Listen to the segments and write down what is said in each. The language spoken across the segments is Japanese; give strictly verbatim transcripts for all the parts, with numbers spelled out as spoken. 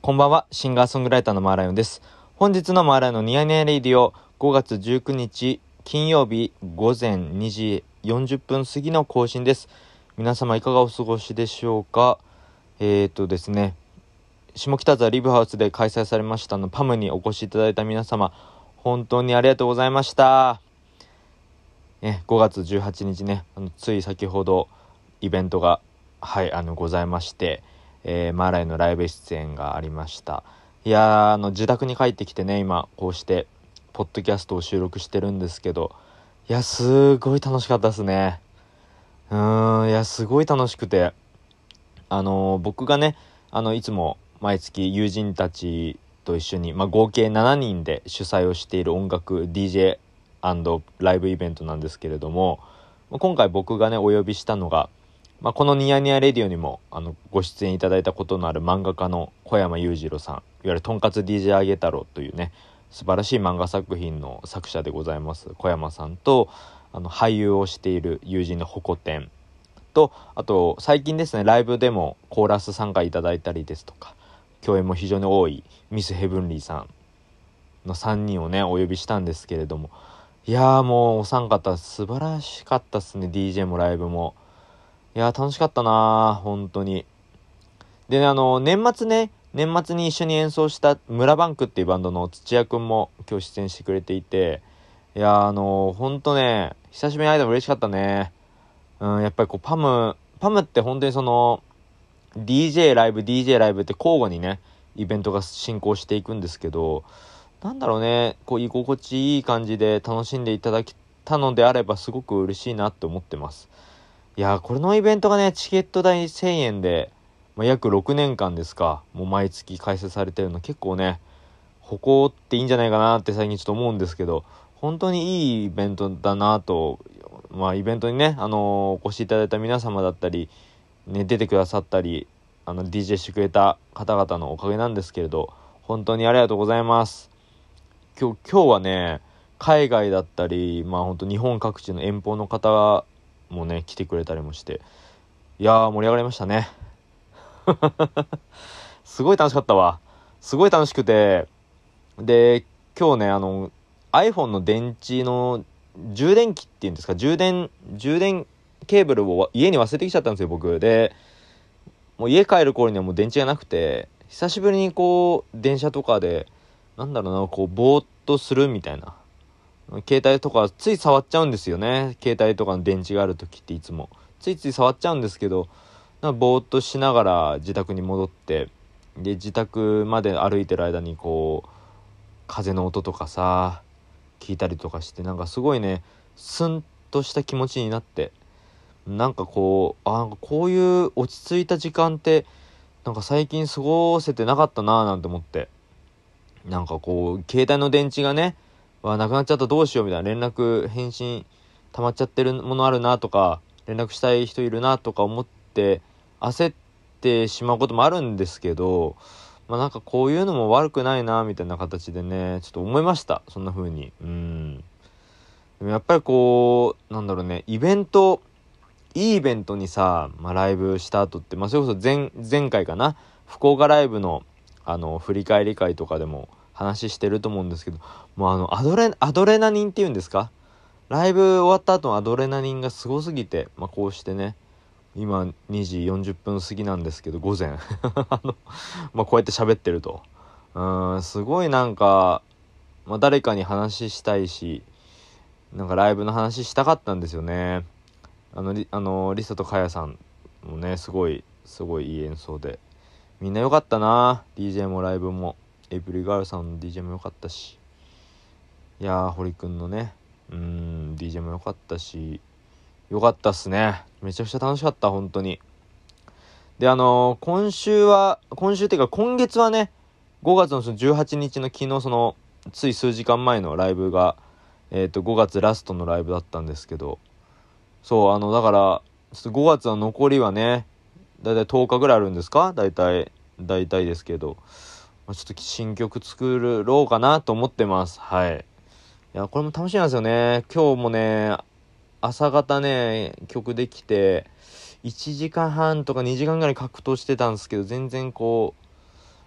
こんばんは、シンガーソングライターのマーライオンです。本日のマーライオンのニヤニヤレイディオ、ごがつじゅうくにち金曜日午前にじよんじゅっぷん過ぎの更新です。皆様いかがお過ごしでしょうか。えーとですね下北沢リブハウスで開催されましたのパムにお越しいただいた皆様、本当にありがとうございました。ね、ごがつじゅうはちにちね、あのつい先ほどイベントがはいあのございまして、えー、マーライのライブ出演がありました。いやーあの自宅に帰ってきてね、今こうしてポッドキャストを収録してるんですけど、いやすごい楽しかったですね。うーんいやすごい楽しくて、あのー、僕がねあのいつも毎月友人たちと一緒に、まあ、合計しちにんで主催をしている音楽 ディージェー& ライブイベントなんですけれども、今回僕がねお呼びしたのが、まあ、このニヤニヤレディオにもあのご出演いただいたことのある漫画家の小山裕次郎さん、いわゆるとんかつ ディージェー あげ太郎というね素晴らしい漫画作品の作者でございます小山さんと、あの俳優をしている友人のホコ天と、あと最近ですねライブでもコーラス参加いただいたりですとか共演も非常に多いミスヘブンリーさんのさんにんをねお呼びしたんですけれども、いやーもうお三方素晴らしかったっすね。 ディージェー もライブもいやー楽しかったなー本当に。でね、あの年末ね年末に一緒に演奏した村バンクっていうバンドの土屋くんも今日出演してくれていて、いやーあのー、ほんとね久しぶりに会えたの嬉しかったね。うんやっぱりこうパムパムって本当にそのディージェー ライブ ディージェー ライブって交互にねイベントが進行していくんですけど、なんだろうねこう居心地いい感じで楽しんでいただけたのであればすごく嬉しいなって思ってます。いやーこれのイベントがねチケット代せんえんで、まあ、約ろくねんかんですか、もう毎月開催されてるの結構ね誇っていいんじゃないかなって最近ちょっと思うんですけど、本当にいいイベントだなと、まあイベントにねあのー、お越しいただいた皆様だったりね、出てくださったりあの ディージェー してくれた方々のおかげなんですけれど、本当にありがとうございます。今日今日はね海外だったり、まあ本当日本各地の遠方の方もね来てくれたりもして、いやー盛り上がりましたねすごい楽しかったわ。すごい楽しくて、で今日ねあの iPhone の電池の充電器っていうんですか、充電充電ケーブルを家に忘れてきちゃったんですよ僕で。もう家帰る頃にはもう電池がなくて、久しぶりにこう電車とかでなんだろうなこうぼーっとするみたいな、携帯とかつい触っちゃうんですよね。携帯とかの電池がある時っていつもついつい触っちゃうんですけど、なんかぼーっとしながら自宅に戻って、で自宅まで歩いてる間にこう風の音とかさ聞いたりとかして、なんかすごいねスンとした気持ちになって、なんかこうあこういう落ち着いた時間ってなんか最近過ごせてなかったなーなんて思って、なんかこう携帯の電池がねわなくなっちゃったどうしようみたいな、連絡返信溜まっちゃってるものあるなとか連絡したい人いるなとか思って焦ってしまうこともあるんですけど、まあなんかこういうのも悪くないなみたいな形でねちょっと思いました。そんな風に。うんでもやっぱりこうなんだろうね、イベントいいイベントにさ、まあ、ライブした後って、まあ、それこそ 前, 前回かな福岡ライブのあの振り返り会とかでも話してると思うんですけど、もうあのアドレアドレナリンっていうんですか、ライブ終わった後のアドレナリンがすごすぎて、まあ、こうしてね今にじよんじゅっぷん過ぎなんですけど午前あの、まあ、こうやって喋ってると、うーんすごいなんか、まあ、誰かに話したいし、なんかライブの話したかったんですよね。あのリあのリサとカヤさんもねすごいすごいいい演奏で、みんな良かったな。 ディージェー もライブもエイプリルガールさんの ディージェー も良かったし、いやー堀くんのねうーん ディージェー も良かったし、良かったっすね。めちゃくちゃ楽しかった本当に。であのー、今週は今週っていうか今月はねごがつのそのじゅうはちにちの昨日、そのつい数時間前のライブがえっとごがつラストのライブだったんですけど、そうあのだからちょっとごがつの残りはねだいたいとおかぐらいあるんですか、だいたいだいたいですけど、まあ、ちょっと新曲作ろうかなと思ってます。はい。いやこれも楽しみなんですよね。今日もね朝方ね曲できていちじかんはんとかにじかんぐらい格闘してたんですけど、全然こ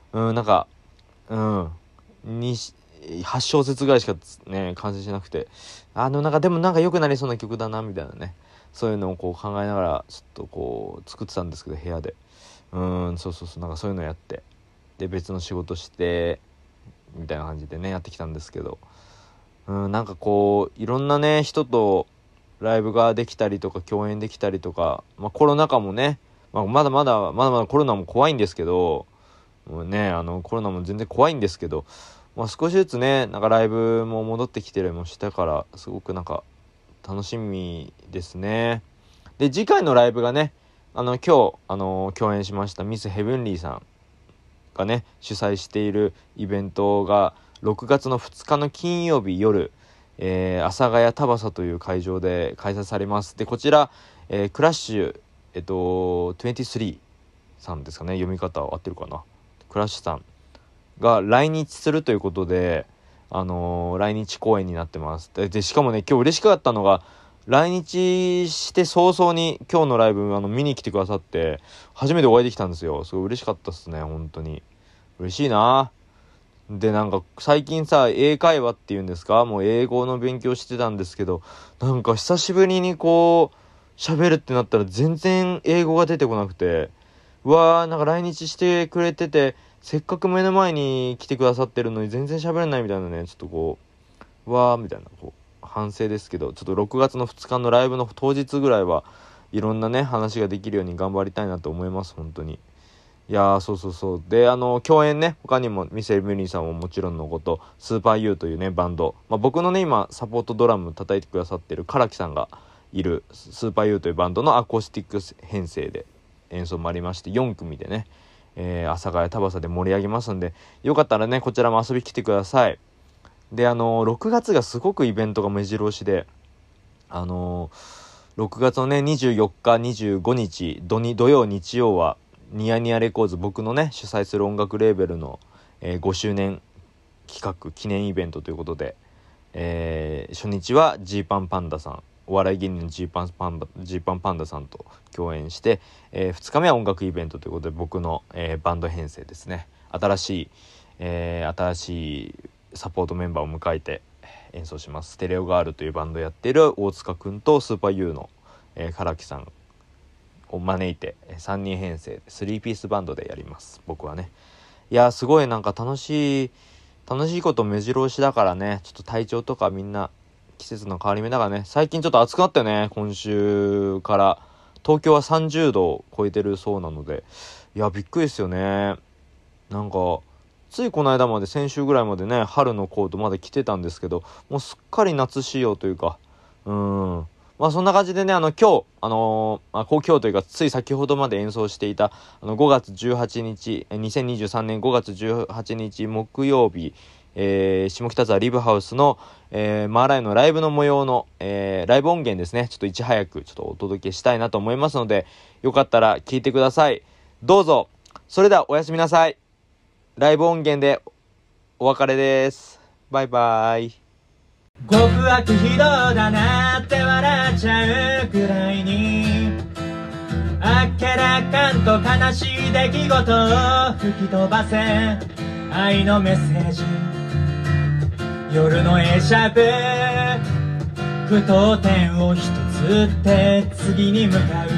うん、なんかうんにはち小節ぐらいしかね完成しなくて、あのなんかでもなんか良くなりそうな曲だなみたいなね、そういうのをこう考えながらちょっとこう作ってたんですけど、部屋でうんそうそうそうなんかそういうのやって、で別の仕事してみたいな感じでねやってきたんですけど、うんなんかこういろんなね人とライブができたりとか共演できたりとか、まあ、コロナ禍もね、まあ、まだまだまだまだコロナも怖いんですけど、もうねあのコロナも全然怖いんですけど、まあ、少しずつねなんかライブも戻ってきてるもしたから、すごくなんか楽しみですね。で次回のライブがね、あの今日あの共演しましたミスヘブンリーさんがね主催しているイベントがろくがつのふつかの金曜日夜、えー、阿佐ヶ谷タバサという会場で開催されます。でこちら、えー、クラッシュえっとにじゅうさんさんですかね、読み方合ってるかな、クラッシュさんが来日するということで、あのー、来日公演になってます。で、でしかもね今日嬉しかったのが、来日して早々に今日のライブあの見に来てくださって、初めてお会いできたんですよ。すごい嬉しかったっすね、本当に嬉しいな。でなんか最近さ英会話っていうんですか、もう英語の勉強してたんですけど、なんか久しぶりにこう喋るってなったら全然英語が出てこなくて、うわーなんか来日してくれててせっかく目の前に来てくださってるのに全然喋れないみたいなね、ちょっとこううわーみたいなこう反省ですけど、ちょっとろくがつのふつかのライブの当日ぐらいはいろんなね話ができるように頑張りたいなと思います、本当に。いやーそうそうそうで、あの共演ね他にもミセル・ミュリーさんももちろんのこと、スーパー ユー というねバンド、まあ、僕のね今サポートドラム叩いてくださってる唐木さんがいるスーパー ユー というバンドのアコースティック編成で演奏もありまして、よん組でね、えー、阿佐ヶ谷タバサで盛り上げますんで、よかったらねこちらも遊び来てください。であのー、ろくがつがすごくイベントが目白押しで、あのー、ろくがつのねにじゅうよっかにじゅうごにち土に土曜日曜はニヤニヤレコーズ、僕のね主催する音楽レーベルの、えー、ごしゅうねん企画記念イベントということで、えー、初日はジーパンパンダさん、お笑い芸人のジーパンパンダジーパンパンダさんと共演して、えー、ふつかめは音楽イベントということで僕の、えー、バンド編成ですね、新しい、えー、新しいサポートメンバーを迎えて演奏します。ステレオガールというバンドをやっている大塚くんとスーパー ユー の、えー、唐木さんを招いてさんにん編成でスリーピースバンドでやります、僕はね。いやすごいなんか楽しい楽しいこと目白押しだからね、ちょっと体調とかみんな季節の変わり目だからね、最近ちょっと暑くなったよね。今週から東京はさんじゅうどを超えてるそうなので、いやびっくりですよね。なんかついこの間まで先週ぐらいまでね春のコートまだ着てたんですけど、もうすっかり夏仕様というか、うーんまあそんな感じでね、あの今日あのー、まあ今日というかつい先ほどまで演奏していたあのごがつじゅうはちにちにせんにじゅうさんねんごがつじゅうはちにち木曜日、えー、下北沢リブハウスの、えー、マーライオンのライブの模様の、えー、ライブ音源ですね、ちょっといち早くちょっとお届けしたいなと思いますので、よかったら聞いてください。どうぞ。それではおやすみなさい。ライブ音源でお別れです。バイバイ。 極悪非道だなって笑っちゃうくらいにあっけらかんと悲しい出来事を吹き飛ばせ愛のメッセージ夜の会釈句読点を一つって次に向かう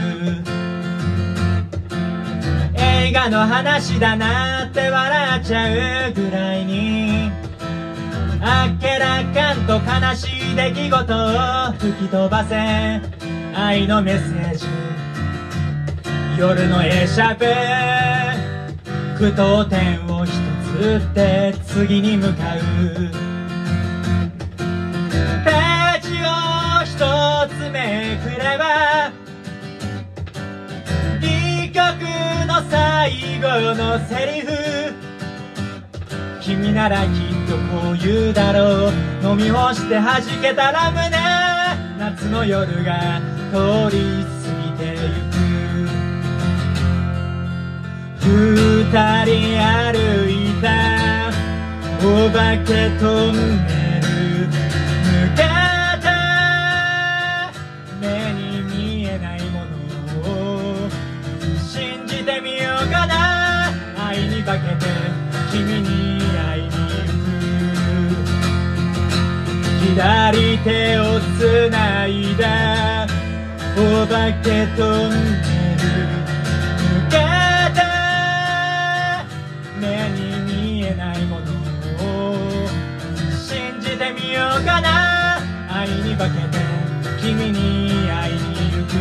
映画の話だなって笑っちゃうぐらいにあっけらかんと悲しい出来事を吹き飛ばせ愛のメッセージ夜の会釈句読点を一つって次に向かうページを一つめくればいっきょくの最後のセリフ君ならきっとこう言うだろう飲み干して弾けたラムネ夏の夜が通り過ぎてゆく二人歩いたお化けトンネル抜けた目に見えないものを信じてみようかな愛に化けて左手をつないだお化けトンネル抜けて目に見えないものを信じてみようかな。愛に化けて君に会いに行く。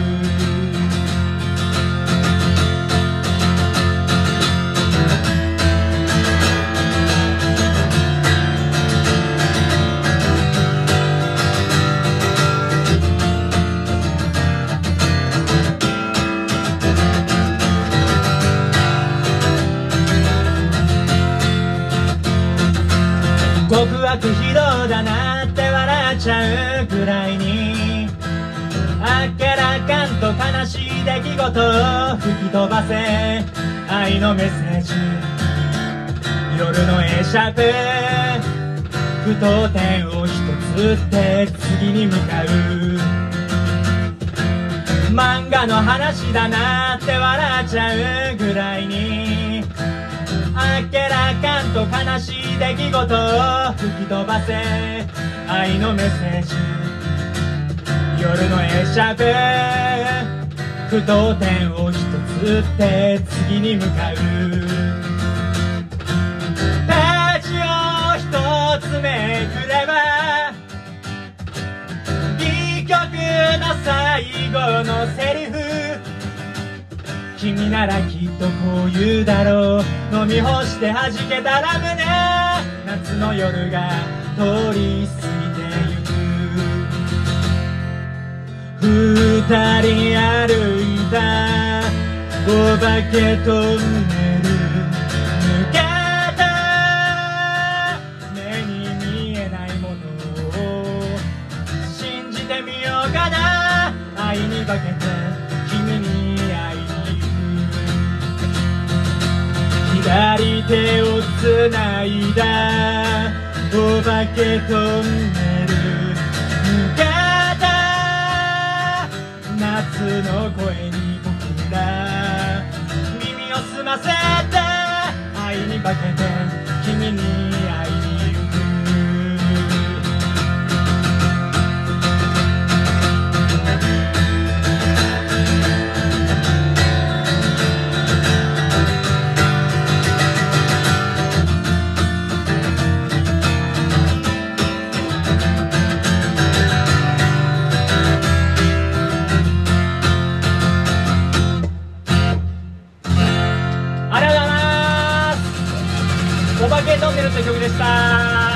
極悪非道だなって笑っちゃうくらいにあっけらかんと悲しい出来事を吹き飛ばせ。愛のメッセージ夜の会釈句読点を一つって次に向かう。漫画の話だなって笑っちゃうぐらいにあっけらかんと悲しい出来事を吹き飛ばせ。愛のメッセージ夜の会釈句読点を一つって次に向かう。ページを一つめくればいっきょくの最後のセリフ君ならきっとこう言うだろう。飲み干して弾けたら胸夏の夜が通り過ぎてゆく。二人歩いたお化けトンネル抜けた目に見えないものを信じてみようかな。愛に化けて君に会いに左手をつないだお化けトンネル抜けた夏の声に僕ら耳を澄ませて愛に化けて君に会いに行く。お化けトンネルという曲でした。